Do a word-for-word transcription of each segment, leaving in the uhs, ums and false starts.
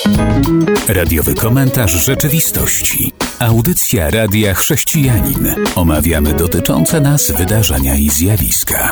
Radiowy komentarz rzeczywistości. Audycja Radia Chrześcijanin. Omawiamy dotyczące nas wydarzenia i zjawiska.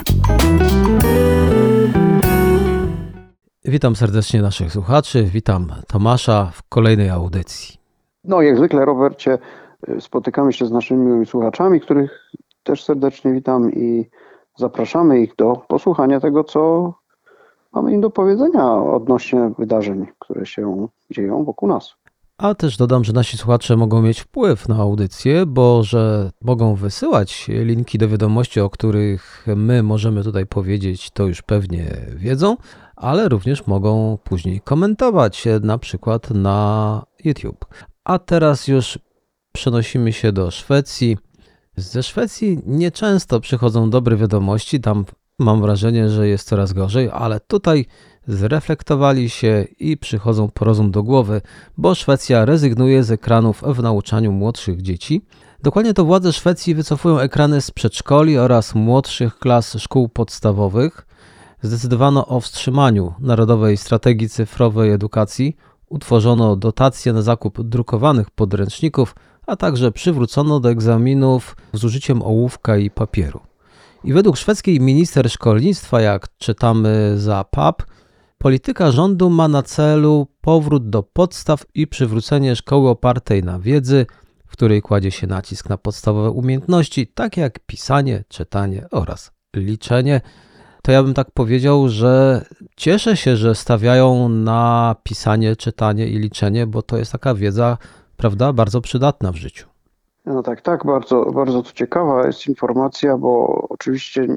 Witam serdecznie naszych słuchaczy, witam Tomasza w kolejnej audycji. No jak zwykle, Robercie, spotykamy się z naszymi słuchaczami, których też serdecznie witam i zapraszamy ich do posłuchania tego, co mamy im do powiedzenia odnośnie wydarzeń, które się dzieją wokół nas. A też dodam, że nasi słuchacze mogą mieć wpływ na audycję, bo że mogą wysyłać linki do wiadomości, o których my możemy tutaj powiedzieć, to już pewnie wiedzą, ale również mogą później komentować, na przykład na YouTube. A teraz już przenosimy się do Szwecji. Ze Szwecji nieczęsto przychodzą dobre wiadomości, tam mam wrażenie, że jest coraz gorzej, ale tutaj zreflektowali się i przychodzą po rozum do głowy, bo Szwecja rezygnuje z ekranów w nauczaniu młodszych dzieci. Dokładnie to władze Szwecji wycofują ekrany z przedszkoli oraz młodszych klas szkół podstawowych. Zdecydowano o wstrzymaniu Narodowej Strategii Cyfrowej Edukacji, utworzono dotacje na zakup drukowanych podręczników, a także przywrócono do egzaminów z użyciem ołówka i papieru. I według szwedzkiej minister szkolnictwa, jak czytamy za P A P, polityka rządu ma na celu powrót do podstaw i przywrócenie szkoły opartej na wiedzy, w której kładzie się nacisk na podstawowe umiejętności, takie jak pisanie, czytanie oraz liczenie. To ja bym tak powiedział, że cieszę się, że stawiają na pisanie, czytanie i liczenie, bo to jest taka wiedza, prawda, bardzo przydatna w życiu. No tak, tak, bardzo, bardzo to ciekawa jest informacja, bo oczywiście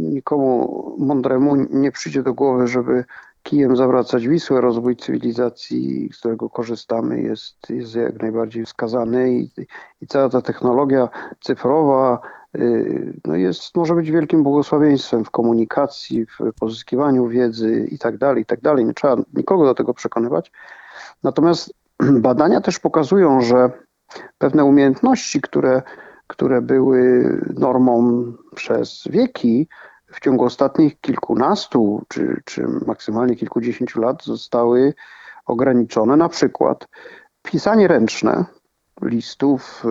nikomu mądremu nie przyjdzie do głowy, żeby kijem zawracać Wisłę. Rozwój cywilizacji, z którego korzystamy, jest, jest jak najbardziej wskazany i, i cała ta technologia cyfrowa no jest, może być wielkim błogosławieństwem w komunikacji, w pozyskiwaniu wiedzy i tak dalej, i tak dalej. Nie trzeba nikogo do tego przekonywać. Natomiast badania też pokazują, że pewne umiejętności, które, które były normą przez wieki, w ciągu ostatnich kilkunastu czy, czy maksymalnie kilkudziesięciu lat zostały ograniczone. Na przykład pisanie ręczne listów,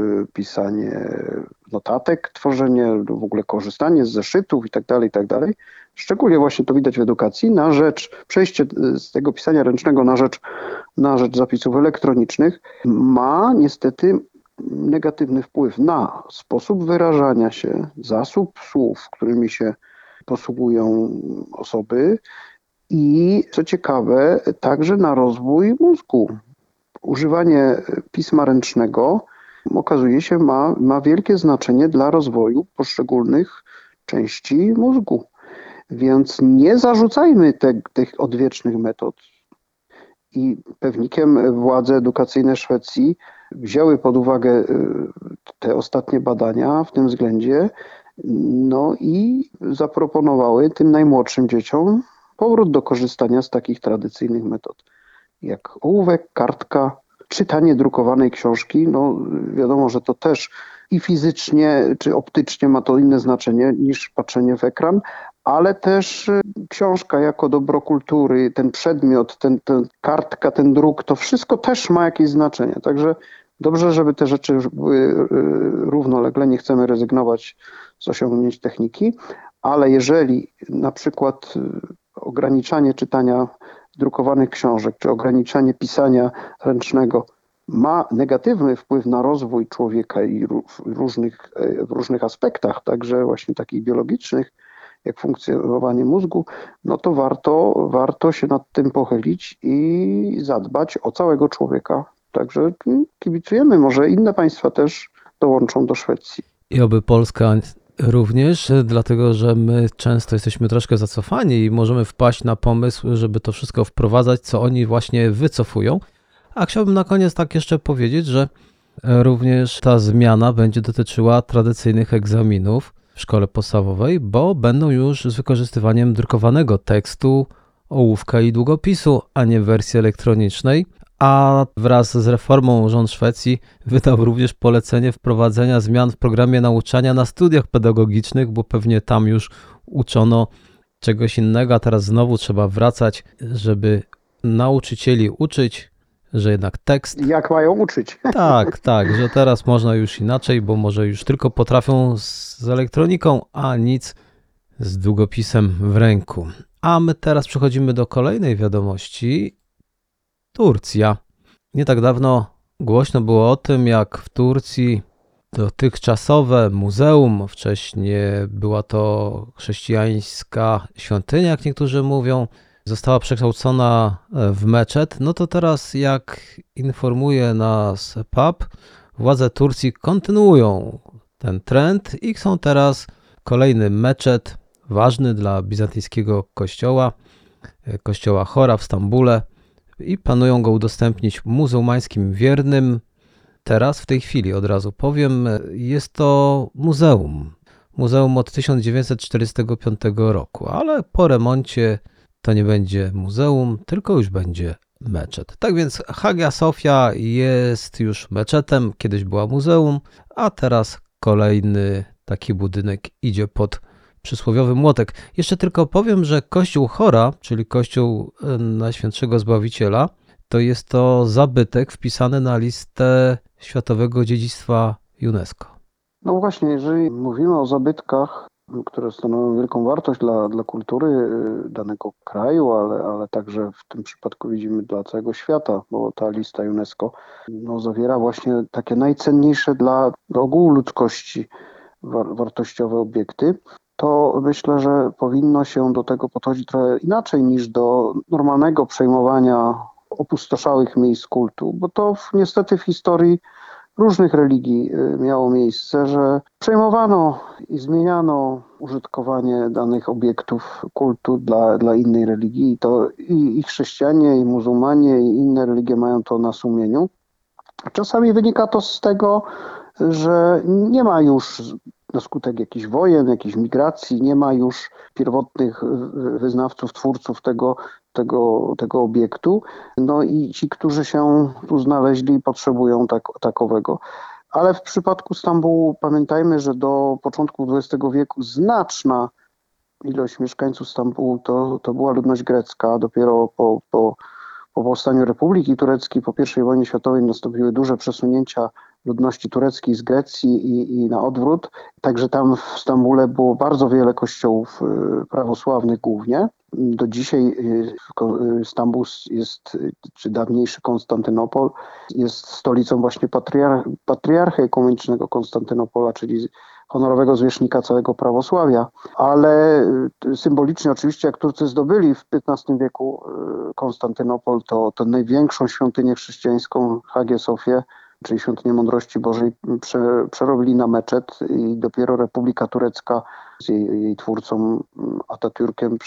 pisanie notatek, tworzenie, w ogóle korzystanie z zeszytów i tak dalej, i tak dalej. Szczególnie właśnie to widać w edukacji, na rzecz, przejście z tego pisania ręcznego na rzecz, na rzecz zapisów elektronicznych ma niestety negatywny wpływ na sposób wyrażania się, zasób słów, którymi się posługują osoby i co ciekawe, także na rozwój mózgu. Używanie pisma ręcznego okazuje się ma, ma wielkie znaczenie dla rozwoju poszczególnych części mózgu. Więc nie zarzucajmy te, tych odwiecznych metod. I pewnikiem władze edukacyjne Szwecji wzięły pod uwagę te ostatnie badania w tym względzie, no i zaproponowały tym najmłodszym dzieciom powrót do korzystania z takich tradycyjnych metod, jak ołówek, kartka, czytanie drukowanej książki. No wiadomo, że to też i fizycznie czy optycznie ma to inne znaczenie niż patrzenie w ekran, ale też książka jako dobro kultury, ten przedmiot, ten, ten kartka, ten druk, to wszystko też ma jakieś znaczenie. Także dobrze, żeby te rzeczy były równolegle, nie chcemy rezygnować z osiągnięć techniki, ale jeżeli na przykład ograniczanie czytania drukowanych książek, czy ograniczanie pisania ręcznego ma negatywny wpływ na rozwój człowieka i w różnych, w różnych aspektach, także właśnie takich biologicznych, jak funkcjonowanie mózgu, no to warto, warto się nad tym pochylić i zadbać o całego człowieka. Także kibicujemy, może inne państwa też dołączą do Szwecji. I oby Polska również, dlatego że my często jesteśmy troszkę zacofani i możemy wpaść na pomysł, żeby to wszystko wprowadzać, co oni właśnie wycofują. A chciałbym na koniec tak jeszcze powiedzieć, że również ta zmiana będzie dotyczyła tradycyjnych egzaminów w szkole podstawowej, bo będą już z wykorzystywaniem drukowanego tekstu, ołówka i długopisu, a nie wersji elektronicznej. A wraz z reformą rząd Szwecji wydał również polecenie wprowadzenia zmian w programie nauczania na studiach pedagogicznych, bo pewnie tam już uczono czegoś innego, a teraz znowu trzeba wracać, żeby nauczycieli uczyć że jednak tekst... Jak mają uczyć. Tak, tak, że teraz można już inaczej, bo może już tylko potrafią z, z elektroniką, a nic z długopisem w ręku. A my teraz przechodzimy do kolejnej wiadomości. Turcja. Nie tak dawno głośno było o tym, jak w Turcji dotychczasowe muzeum, wcześniej była to chrześcijańska świątynia, jak niektórzy mówią, została przekształcona w meczet. No to teraz, jak informuje nas P A P, władze Turcji kontynuują ten trend i chcą teraz kolejny meczet ważny dla bizantyjskiego kościoła, kościoła Chora w Stambule, i planują go udostępnić muzułmańskim wiernym. Teraz, w tej chwili, od razu powiem, jest to muzeum. Muzeum od tysiąc dziewięćset czterdziestego piątego roku, ale po remoncie to nie będzie muzeum, tylko już będzie meczet. Tak więc Hagia Sofia jest już meczetem, kiedyś była muzeum, a teraz kolejny taki budynek idzie pod przysłowiowy młotek. Jeszcze tylko powiem, że kościół Chora, czyli kościół Najświętszego Zbawiciela, to jest to zabytek wpisany na listę Światowego Dziedzictwa UNESCO. No właśnie, jeżeli mówimy o zabytkach, które stanowią wielką wartość dla, dla kultury danego kraju, ale, ale także w tym przypadku widzimy dla całego świata, bo ta lista UNESCO no, zawiera właśnie takie najcenniejsze dla ogółu ludzkości war, wartościowe obiekty, to myślę, że powinno się do tego podchodzić trochę inaczej niż do normalnego przejmowania opustoszałych miejsc kultu, bo to w, niestety w historii różnych religii miało miejsce, że przejmowano i zmieniano użytkowanie danych obiektów kultu dla, dla innej religii. I to i, i chrześcijanie, i muzułmanie, i inne religie mają to na sumieniu. Czasami wynika to z tego, że nie ma już na skutek jakichś wojen, jakichś migracji, nie ma już pierwotnych wyznawców, twórców tego, tego, tego obiektu. No i ci, którzy się tu znaleźli, potrzebują tak, takowego. Ale w przypadku Stambułu pamiętajmy, że do początku dwudziestego wieku znaczna ilość mieszkańców Stambułu to, to była ludność grecka. Dopiero po, po, po powstaniu Republiki Tureckiej, po pierwszej wojnie światowej nastąpiły duże przesunięcia ludności tureckiej z Grecji i, i na odwrót. Także tam w Stambule było bardzo wiele kościołów prawosławnych głównie. Do dzisiaj Stambuł jest, czy dawniejszy Konstantynopol, jest stolicą właśnie patriarch, patriarchy ekumenicznego Konstantynopola, czyli honorowego zwierzchnika całego prawosławia. Ale symbolicznie oczywiście, jak Turcy zdobyli w piętnastym wieku Konstantynopol, to, to największą świątynię chrześcijańską, Hagię Sofię, czyli Świątynię Mądrości Bożej, prze, przerobili na meczet i dopiero Republika Turecka z jej, jej twórcą Atatürkiem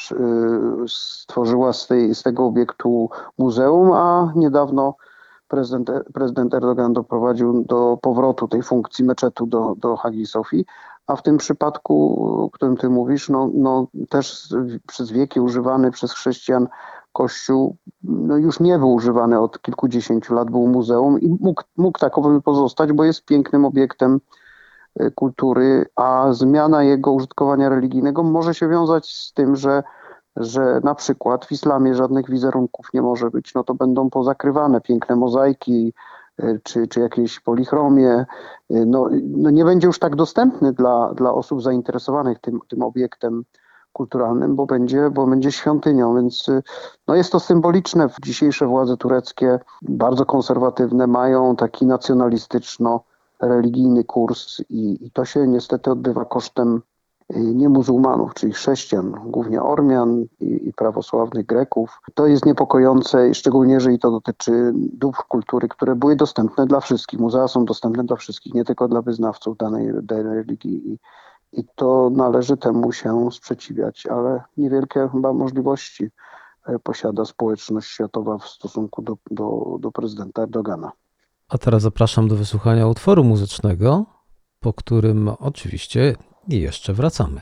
stworzyła z, tej, z tego obiektu muzeum, a niedawno prezydent, prezydent Erdogan doprowadził do powrotu tej funkcji meczetu do, do Hagii Sofii. A w tym przypadku, o którym ty mówisz, no, no też przez wieki używany przez chrześcijan kościół no już nie był używany od kilkudziesięciu lat, był muzeum i mógł, mógł takowym pozostać, bo jest pięknym obiektem kultury, a zmiana jego użytkowania religijnego może się wiązać z tym, że, że na przykład w islamie żadnych wizerunków nie może być, no to będą pozakrywane piękne mozaiki, czy, czy jakieś polichromie, no, no nie będzie już tak dostępny dla, dla osób zainteresowanych tym, tym obiektem kulturalnym, bo będzie, bo będzie świątynią, więc no jest to symboliczne. Dzisiejsze władze tureckie, bardzo konserwatywne, mają taki nacjonalistyczno-religijny kurs i, i to się niestety odbywa kosztem nie muzułmanów, czyli chrześcijan, głównie Ormian i, i prawosławnych Greków. To jest niepokojące, szczególnie jeżeli to dotyczy dóbr kultury, które były dostępne dla wszystkich. Muzea są dostępne dla wszystkich, nie tylko dla wyznawców danej, danej religii. I, I to należy temu się sprzeciwiać, ale niewielkie chyba możliwości posiada społeczność światowa w stosunku do, do, do prezydenta Erdogana. A teraz zapraszam do wysłuchania utworu muzycznego, po którym oczywiście jeszcze wracamy.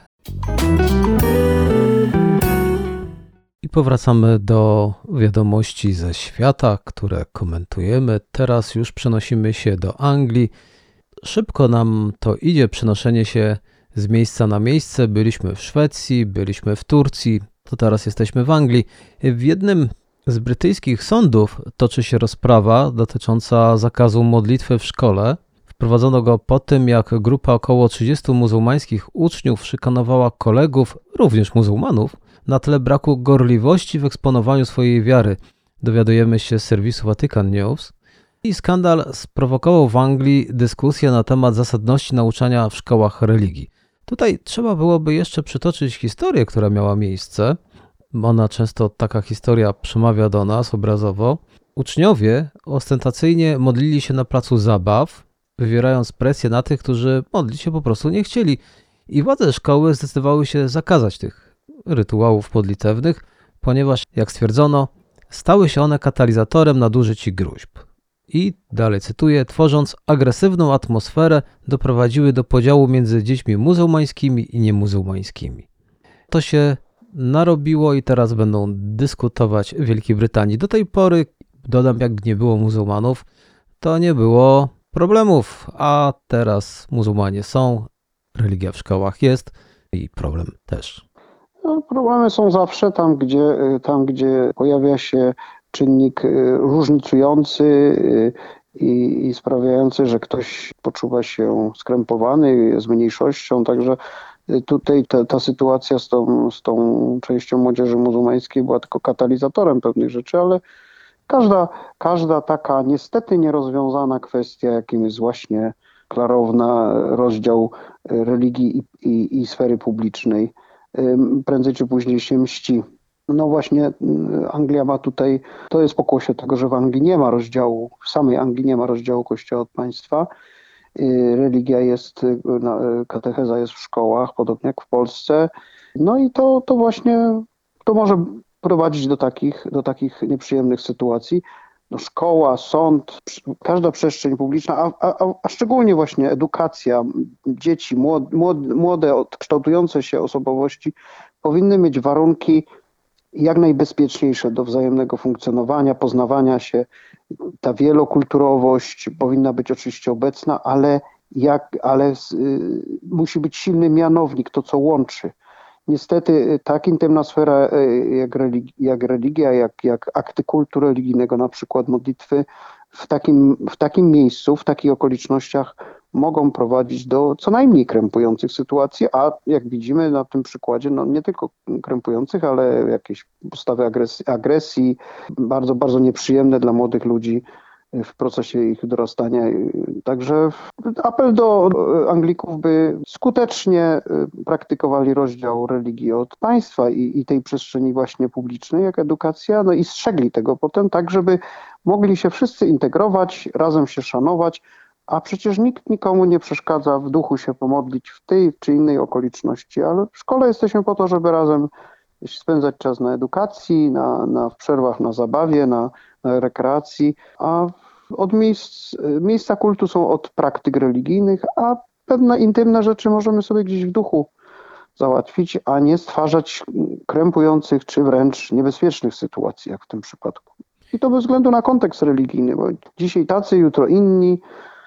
I powracamy do wiadomości ze świata, które komentujemy. Teraz już przenosimy się do Anglii. Szybko nam to idzie, przenoszenie się z miejsca na miejsce. Byliśmy w Szwecji, byliśmy w Turcji, to teraz jesteśmy w Anglii. W jednym Z brytyjskich sądów toczy się rozprawa dotycząca zakazu modlitwy w szkole. Wprowadzono go po tym, jak grupa około trzydziestu muzułmańskich uczniów szykanowała kolegów, również muzułmanów, na tle braku gorliwości w eksponowaniu swojej wiary. Dowiadujemy się z serwisu Vatican News. I skandal sprowokował w Anglii dyskusję na temat zasadności nauczania w szkołach religii. Tutaj trzeba byłoby jeszcze przytoczyć historię, która miała miejsce. Ona często, taka historia przemawia do nas obrazowo. Uczniowie ostentacyjnie modlili się na placu zabaw, wywierając presję na tych, którzy modlić się po prostu nie chcieli. I władze szkoły zdecydowały się zakazać tych rytuałów modlitewnych, ponieważ, jak stwierdzono, stały się one katalizatorem nadużyć i gróźb. I dalej cytuję, tworząc agresywną atmosferę, doprowadziły do podziału między dziećmi muzułmańskimi i niemuzułmańskimi. To się narobiło i teraz będą dyskutować w Wielkiej Brytanii. Do tej pory, dodam, jak nie było muzułmanów, to nie było problemów, a teraz muzułmanie są, religia w szkołach jest i problem też. No, problemy są zawsze tam, gdzie, tam, gdzie pojawia się czynnik różnicujący i, i sprawiający, że ktoś poczuwa się skrępowany, jest mniejszością, także tutaj ta, ta sytuacja z tą, z tą częścią młodzieży muzułmańskiej była tylko katalizatorem pewnych rzeczy, ale każda, każda taka niestety nierozwiązana kwestia, jakim jest właśnie klarowna rozdział religii i, i, i sfery publicznej, prędzej czy później się mści. No właśnie Anglia ma tutaj, to jest pokłosie tego, że w Anglii nie ma rozdziału, w samej Anglii nie ma rozdziału Kościoła od państwa. Religia jest, katecheza jest w szkołach, podobnie jak w Polsce. No i to, to właśnie, to może prowadzić do takich, do takich nieprzyjemnych sytuacji. No szkoła, sąd, każda przestrzeń publiczna, a, a, a szczególnie właśnie edukacja, dzieci, młode, młode, kształtujące się osobowości powinny mieć warunki jak najbezpieczniejsze do wzajemnego funkcjonowania, poznawania się. Ta wielokulturowość powinna być oczywiście obecna, ale, jak, ale y, musi być silny mianownik, to co łączy. Niestety tak intymna sfera jak, religi- jak religia, jak, jak akty kultu religijnego, na przykład modlitwy, w takim, w takim miejscu, w takich okolicznościach mogą prowadzić do co najmniej krępujących sytuacji, a jak widzimy na tym przykładzie, no nie tylko krępujących, ale jakieś postawy agresji, agresji bardzo, bardzo nieprzyjemne dla młodych ludzi w procesie ich dorastania. Także apel do Anglików, by skutecznie praktykowali rozdział religii od państwa i, i tej przestrzeni właśnie publicznej, jak edukacja, no i strzegli tego potem tak, żeby mogli się wszyscy integrować, razem się szanować, a przecież nikt nikomu nie przeszkadza w duchu się pomodlić w tej czy innej okoliczności, ale w szkole jesteśmy po to, żeby razem spędzać czas na edukacji, na, na, w przerwach na zabawie, na, na rekreacji, a od miejsc, miejsca kultu są od praktyk religijnych, a pewne intymne rzeczy możemy sobie gdzieś w duchu załatwić, a nie stwarzać krępujących czy wręcz niebezpiecznych sytuacji, jak w tym przypadku. I to bez względu na kontekst religijny, bo dzisiaj tacy, jutro inni.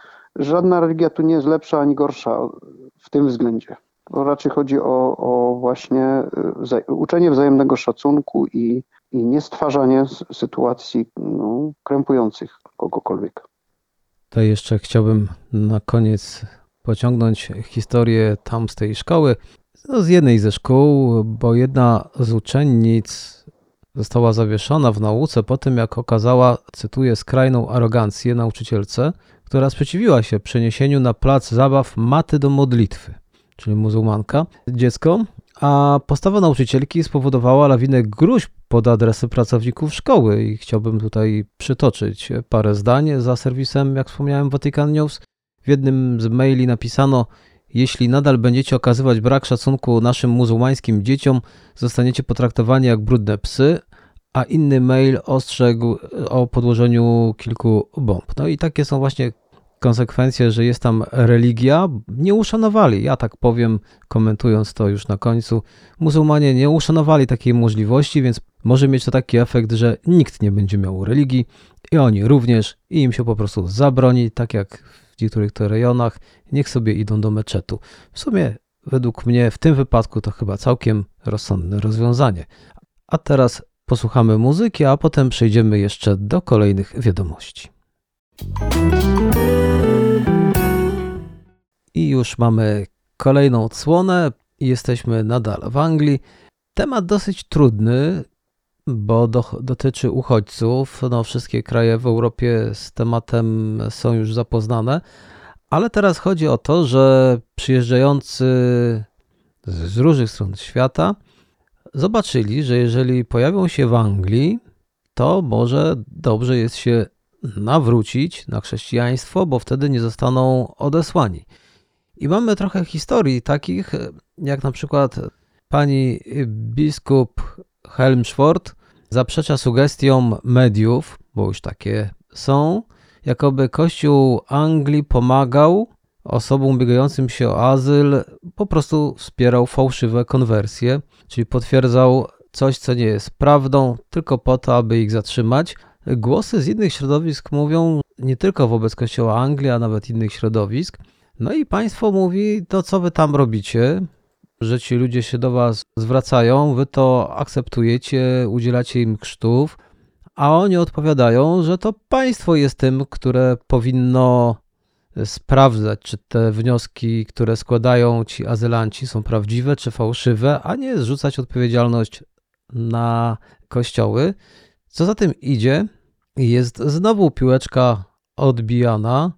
Żadna religia tu nie jest lepsza ani gorsza w tym względzie. Bo raczej chodzi o, o właśnie uczenie wzajemnego szacunku i, i nie stwarzanie sytuacji no, krępujących kogokolwiek. To jeszcze chciałbym na koniec pociągnąć historię tam z tej szkoły. No, z jednej ze szkół, bo jedna z uczennic została zawieszona w nauce po tym, jak okazała, cytuję, skrajną arogancję nauczycielce, która sprzeciwiła się przeniesieniu na plac zabaw maty do modlitwy, czyli muzułmanka, dziecko, a postawa nauczycielki spowodowała lawinę gróźb pod adresy pracowników szkoły i chciałbym tutaj przytoczyć parę zdań za serwisem, jak wspomniałem, Vatican News. W jednym z maili napisano: jeśli nadal będziecie okazywać brak szacunku naszym muzułmańskim dzieciom, zostaniecie potraktowani jak brudne psy, a inny mail ostrzegł o podłożeniu kilku bomb. No i takie są właśnie konsekwencje, że jest tam religia. Nie uszanowali, ja tak powiem, komentując to już na końcu, muzułmanie nie uszanowali takiej możliwości, więc może mieć to taki efekt, że nikt nie będzie miał religii i oni również i im się po prostu zabroni, tak jak w niektórych to rejonach, niech sobie idą do meczetu. W sumie według mnie w tym wypadku to chyba całkiem rozsądne rozwiązanie. A teraz posłuchamy muzyki, a potem przejdziemy jeszcze do kolejnych wiadomości. I już mamy kolejną odsłonę. Jesteśmy nadal w Anglii. Temat dosyć trudny, bo do, dotyczy uchodźców. No, wszystkie kraje w Europie z tematem są już zapoznane, ale teraz chodzi o to, że przyjeżdżający z różnych stron świata zobaczyli, że jeżeli pojawią się w Anglii, to może dobrze jest się nawrócić na chrześcijaństwo, bo wtedy nie zostaną odesłani. I mamy trochę historii takich, jak na przykład pani biskup Helmsford zaprzecza sugestiom mediów, bo już takie są, jakoby Kościół Anglii pomagał osobom ubiegającym się o azyl, po prostu wspierał fałszywe konwersje, czyli potwierdzał coś, co nie jest prawdą, tylko po to, aby ich zatrzymać. Głosy z innych środowisk mówią nie tylko wobec Kościoła Anglii, a nawet innych środowisk. No i państwo mówi, to co wy tam robicie, że ci ludzie się do was zwracają, wy to akceptujecie, udzielacie im chrztów, a oni odpowiadają, że to państwo jest tym, które powinno sprawdzać, czy te wnioski, które składają ci azylanci, są prawdziwe czy fałszywe, a nie zrzucać odpowiedzialność na kościoły. Co za tym idzie, jest znowu piłeczka odbijana,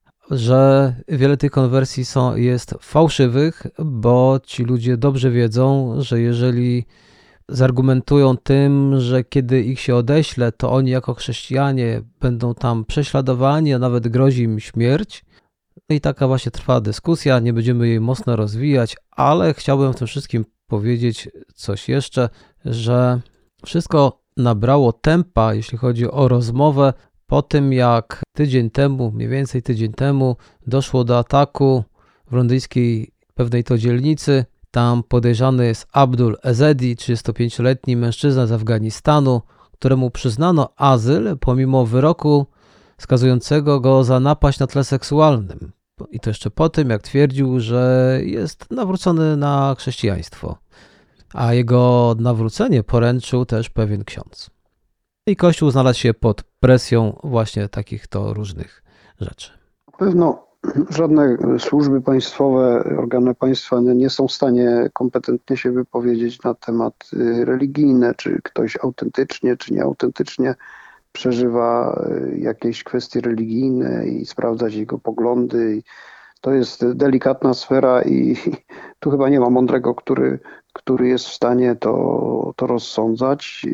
że wiele tych konwersji są, jest fałszywych, bo ci ludzie dobrze wiedzą, że jeżeli zargumentują tym, że kiedy ich się odeśle, to oni jako chrześcijanie będą tam prześladowani, a nawet grozi im śmierć. No i taka właśnie trwa dyskusja, nie będziemy jej mocno rozwijać, ale chciałbym w tym wszystkim powiedzieć coś jeszcze, że wszystko nabrało tempa, jeśli chodzi o rozmowę, po tym jak tydzień temu, mniej więcej tydzień temu, doszło do ataku w londyńskiej pewnej to dzielnicy. Tam podejrzany jest Abdul Ezedi, trzydziestopięcioletni mężczyzna z Afganistanu, któremu przyznano azyl pomimo wyroku skazującego go za napaść na tle seksualnym. I to jeszcze po tym, jak twierdził, że jest nawrócony na chrześcijaństwo. A jego nawrócenie poręczył też pewien ksiądz. I Kościół znalazł się pod presją właśnie takich to różnych rzeczy. Na pewno żadne służby państwowe, organy państwa nie są w stanie kompetentnie się wypowiedzieć na tematy religijne, czy ktoś autentycznie, czy nieautentycznie przeżywa jakieś kwestie religijne i sprawdzać jego poglądy. To jest delikatna sfera i tu chyba nie ma mądrego, który, który jest w stanie to, to rozsądzać.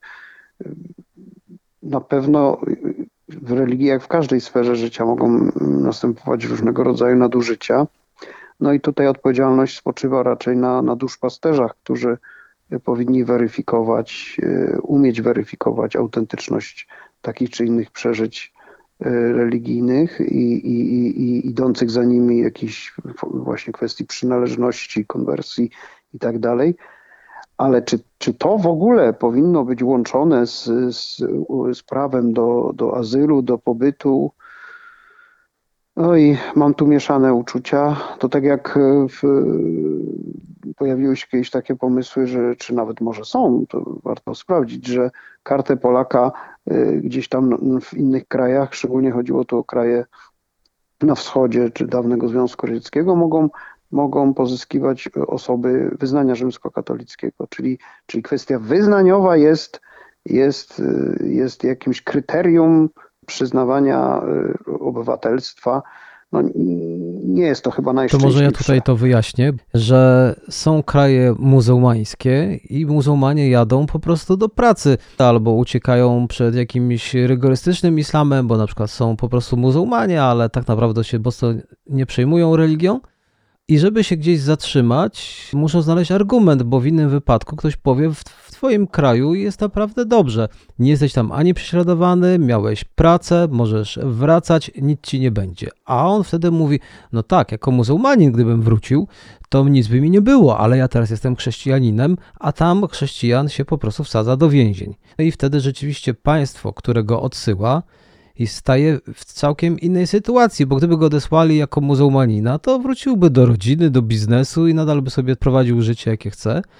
Na pewno w religii, jak w każdej sferze życia, mogą następować różnego rodzaju nadużycia. No i tutaj odpowiedzialność spoczywa raczej na, na duszpasterzach, którzy powinni weryfikować, umieć weryfikować autentyczność takich czy innych przeżyć religijnych i, i, i idących za nimi jakichś właśnie kwestii przynależności, konwersji i tak dalej. Ale czy, czy to w ogóle powinno być łączone z, z, z prawem do, do azylu, do pobytu? No i mam tu mieszane uczucia. To tak jak w, pojawiły się kiedyś takie pomysły, że czy nawet może są, to warto sprawdzić, że kartę Polaka gdzieś tam w innych krajach, szczególnie chodziło tu o kraje na wschodzie czy dawnego Związku Radzieckiego, mogą mogą pozyskiwać osoby wyznania rzymskokatolickiego, czyli, czyli kwestia wyznaniowa jest, jest, jest jakimś kryterium przyznawania obywatelstwa. No, nie jest to chyba To najszczęśliwsze. może ja tutaj to wyjaśnię, że są kraje muzułmańskie i muzułmanie jadą po prostu do pracy albo uciekają przed jakimś rygorystycznym islamem, bo na przykład są po prostu muzułmanie, ale tak naprawdę się mocno nie przejmują religią. I żeby się gdzieś zatrzymać, muszą znaleźć argument, bo w innym wypadku ktoś powie, w, w twoim kraju jest naprawdę dobrze. Nie jesteś tam ani prześladowany, miałeś pracę, możesz wracać, nic ci nie będzie. A on wtedy mówi, no tak, jako muzułmanin gdybym wrócił, to nic by mi nie było, ale ja teraz jestem chrześcijaninem, a tam chrześcijan się po prostu wsadza do więzień. No i wtedy rzeczywiście państwo, które go odsyła, i staje w całkiem innej sytuacji, bo gdyby go odesłali jako muzułmanina, to wróciłby do rodziny, do biznesu i nadal by sobie prowadził życie, jakie chce.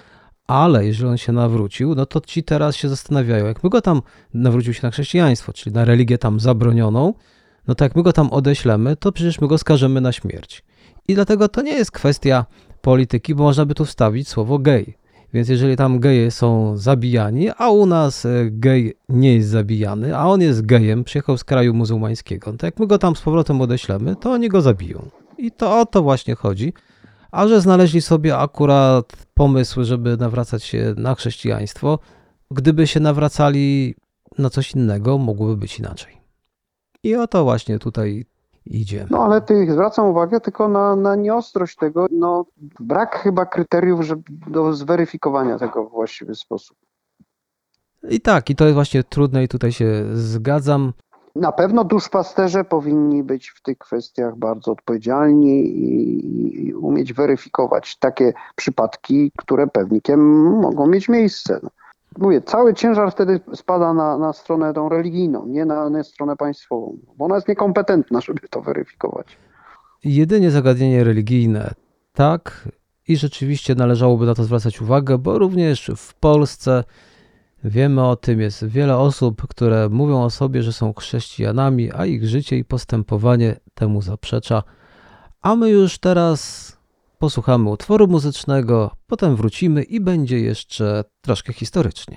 Ale jeżeli on się nawrócił, no to ci teraz się zastanawiają, jak my go tam nawrócił się na chrześcijaństwo, czyli na religię tam zabronioną, no to jak my go tam odeślemy, to przecież my go skażemy na śmierć. I dlatego to nie jest kwestia polityki, bo można by tu wstawić słowo gej. Więc jeżeli tam geje są zabijani, a u nas gej nie jest zabijany, a on jest gejem, przyjechał z kraju muzułmańskiego, to jak my go tam z powrotem odeślemy, to oni go zabiją. I to o to właśnie chodzi. A że znaleźli sobie akurat pomysł, żeby nawracać się na chrześcijaństwo, gdyby się nawracali na coś innego, mogłoby być inaczej. I o to właśnie tutaj idzie. No ale ty zwracam uwagę tylko na, na nieostrość tego, no brak chyba kryteriów żeby, do zweryfikowania tego w właściwy sposób. I tak, i to jest właśnie trudne i tutaj się zgadzam. Na pewno duszpasterze powinni być w tych kwestiach bardzo odpowiedzialni i, i umieć weryfikować takie przypadki, które pewnikiem mogą mieć miejsce. Mówię, cały ciężar wtedy spada na, na stronę tą religijną, nie na, na stronę państwową, bo ona jest niekompetentna, żeby to weryfikować. Jedynie zagadnienie religijne, tak, i rzeczywiście należałoby na to zwracać uwagę, bo również w Polsce wiemy o tym, jest wiele osób, które mówią o sobie, że są chrześcijanami, a ich życie i postępowanie temu zaprzecza. A my już teraz posłuchamy utworu muzycznego, potem wrócimy i będzie jeszcze troszkę historycznie.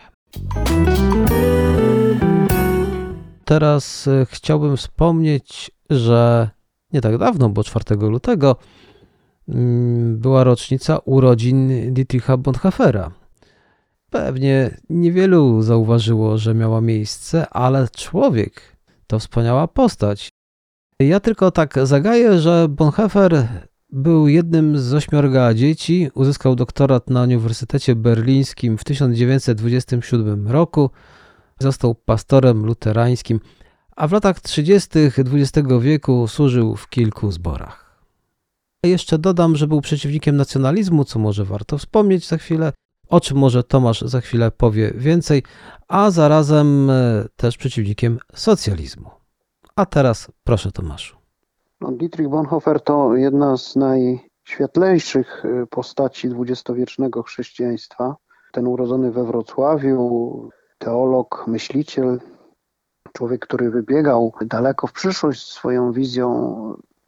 Teraz chciałbym wspomnieć, że nie tak dawno, bo czwartego lutego, była rocznica urodzin Dietricha Bonhoeffera. Pewnie niewielu zauważyło, że miała miejsce, ale człowiek to wspaniała postać. Ja tylko tak zagaję, że Bonhoeffer był jednym z ośmiorga dzieci, uzyskał doktorat na Uniwersytecie Berlińskim w tysiąc dziewięćset dwudziestym siódmym roku, został pastorem luterańskim, a w latach trzydziestych dwudziestego wieku służył w kilku zborach. Jeszcze dodam, że był przeciwnikiem nacjonalizmu, co może warto wspomnieć za chwilę, o czym może Tomasz za chwilę powie więcej, a zarazem też przeciwnikiem socjalizmu. A teraz proszę Tomaszu. No, Dietrich Bonhoeffer to jedna z najświetlejszych postaci dwudziestowiecznego chrześcijaństwa. Ten urodzony we Wrocławiu, teolog, myśliciel, człowiek, który wybiegał daleko w przyszłość swoją wizją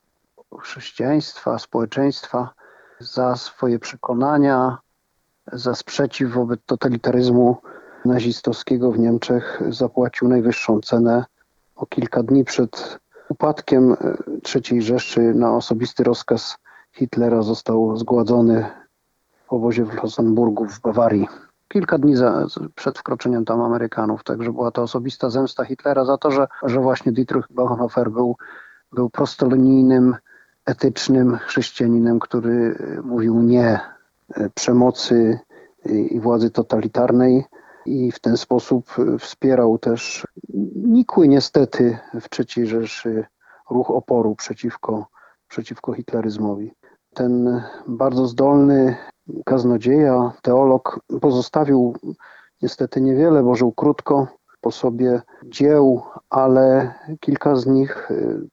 chrześcijaństwa, społeczeństwa, za swoje przekonania, za sprzeciw wobec totalitaryzmu nazistowskiego w Niemczech zapłacił najwyższą cenę. O kilka dni przed upadkiem trzeciej Rzeszy na osobisty rozkaz Hitlera został zgładzony w obozie w Rosenburgu w Bawarii. Kilka dni za, przed wkroczeniem tam Amerykanów, także była to osobista zemsta Hitlera za to, że, że właśnie Dietrich Bonhoeffer był, był prostolinijnym, etycznym chrześcijaninem, który mówił nie przemocy i władzy totalitarnej i w ten sposób wspierał też nikły niestety w trzeciej Rzeszy ruch oporu przeciwko, przeciwko hitleryzmowi. Ten bardzo zdolny kaznodzieja, teolog pozostawił niestety niewiele, bo żył krótko, po sobie dzieł, ale kilka z nich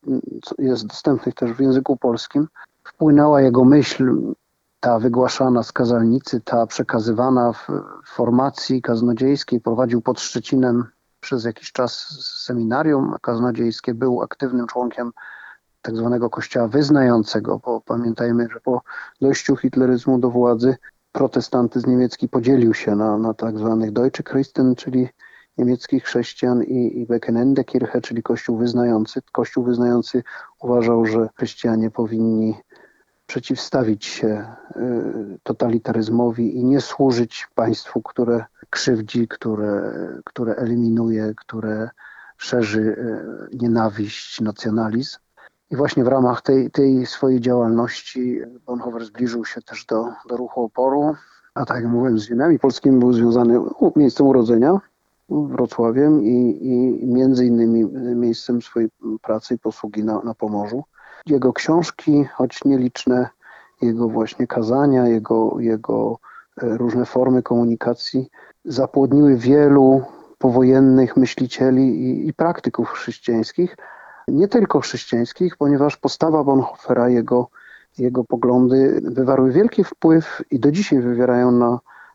jest dostępnych też w języku polskim. Wpłynęła jego myśl, ta wygłaszana z kazalnicy, ta przekazywana w formacji kaznodziejskiej. Prowadził pod Szczecinem przez jakiś czas seminarium kaznodziejskie, był aktywnym członkiem tak zwanego kościoła wyznającego, bo pamiętajmy, że po dojściu hitleryzmu do władzy protestantyzm niemiecki podzielił się na, na tak zwanych Deutsche Christen, czyli niemieckich chrześcijan i, i Bekennende Kirche, czyli kościół wyznający. Kościół wyznający uważał, że chrześcijanie powinni przeciwstawić się totalitaryzmowi i nie służyć państwu, które krzywdzi, które, które eliminuje, które szerzy nienawiść, nacjonalizm. I właśnie w ramach tej, tej swojej działalności Bonhoeffer zbliżył się też do, do ruchu oporu, a tak jak mówiłem, z ziemiami polskimi był związany miejscem urodzenia, Wrocławiem i, i między innymi miejscem swojej pracy i posługi na, na Pomorzu. Jego książki, choć nieliczne, jego właśnie kazania, jego, jego różne formy komunikacji zapłodniły wielu powojennych myślicieli i, i praktyków chrześcijańskich, nie tylko chrześcijańskich, ponieważ postawa Bonhoeffera, jego, jego poglądy wywarły wielki wpływ i do dzisiaj wywierają na,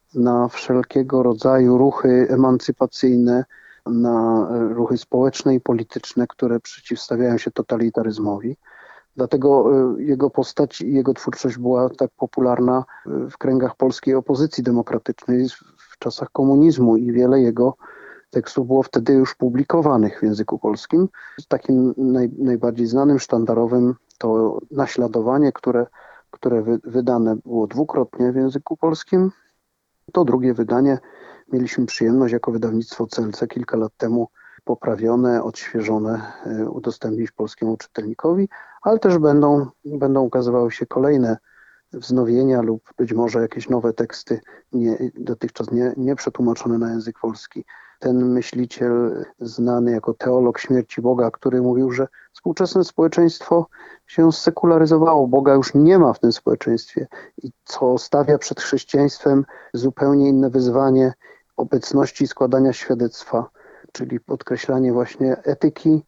na wszelkiego rodzaju ruchy emancypacyjne, na ruchy społeczne i polityczne, które przeciwstawiają się totalitaryzmowi. Dlatego jego postać i jego twórczość była tak popularna w kręgach polskiej opozycji demokratycznej w czasach komunizmu i wiele jego tekstów było wtedy już publikowanych w języku polskim. Takim naj, najbardziej znanym, sztandarowym to Naśladowanie, które, które wy, wydane było dwukrotnie w języku polskim. To drugie wydanie mieliśmy przyjemność jako wydawnictwo C L C kilka lat temu poprawione, odświeżone udostępnić polskiemu czytelnikowi, ale też będą, będą ukazywały się kolejne wznowienia lub być może jakieś nowe teksty nie, dotychczas nie, nie przetłumaczone na język polski. Ten myśliciel znany jako teolog śmierci Boga, który mówił, że współczesne społeczeństwo się sekularyzowało, Boga już nie ma w tym społeczeństwie i co stawia przed chrześcijaństwem zupełnie inne wyzwanie obecności i składania świadectwa, czyli podkreślanie właśnie etyki,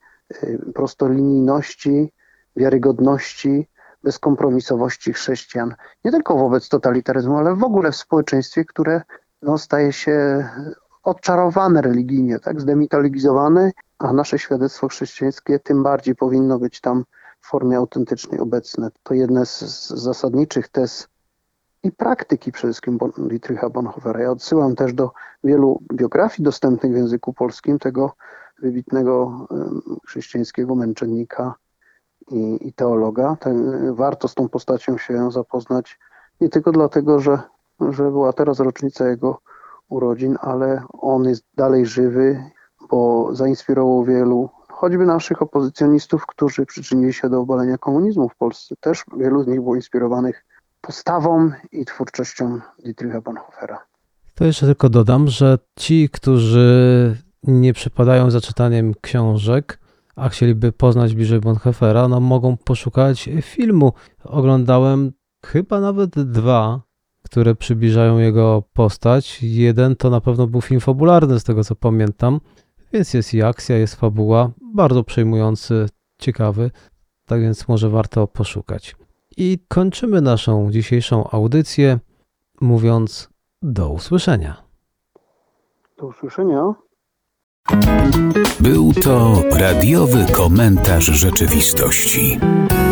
prostolinijności, wiarygodności, bezkompromisowości chrześcijan. Nie tylko wobec totalitaryzmu, ale w ogóle w społeczeństwie, które no, staje się odczarowane religijnie, tak, zdemitologizowane, a nasze świadectwo chrześcijańskie tym bardziej powinno być tam w formie autentycznej obecne. To jedna z, z zasadniczych tez i praktyki przede wszystkim Dietricha Bonhoeffera. Ja odsyłam też do wielu biografii dostępnych w języku polskim tego wybitnego chrześcijańskiego męczennika i, i teologa. Ten, warto z tą postacią się zapoznać nie tylko dlatego, że, że była teraz rocznica jego urodzin, ale on jest dalej żywy, bo zainspirował wielu, choćby naszych opozycjonistów, którzy przyczynili się do obalenia komunizmu w Polsce. Też wielu z nich było inspirowanych postawą i twórczością Dietricha Bonhoeffera. To jeszcze tylko dodam, że ci, którzy nie przypadają za czytaniem książek, a chcieliby poznać bliżej Bonhoeffera, no mogą poszukać filmu. Oglądałem chyba nawet dwa, które przybliżają jego postać. Jeden to na pewno był film fabularny, z tego co pamiętam, więc jest i akcja, jest fabuła, bardzo przejmujący, ciekawy, tak więc może warto poszukać. I kończymy naszą dzisiejszą audycję mówiąc do usłyszenia. Do usłyszenia. Był to radiowy komentarz rzeczywistości.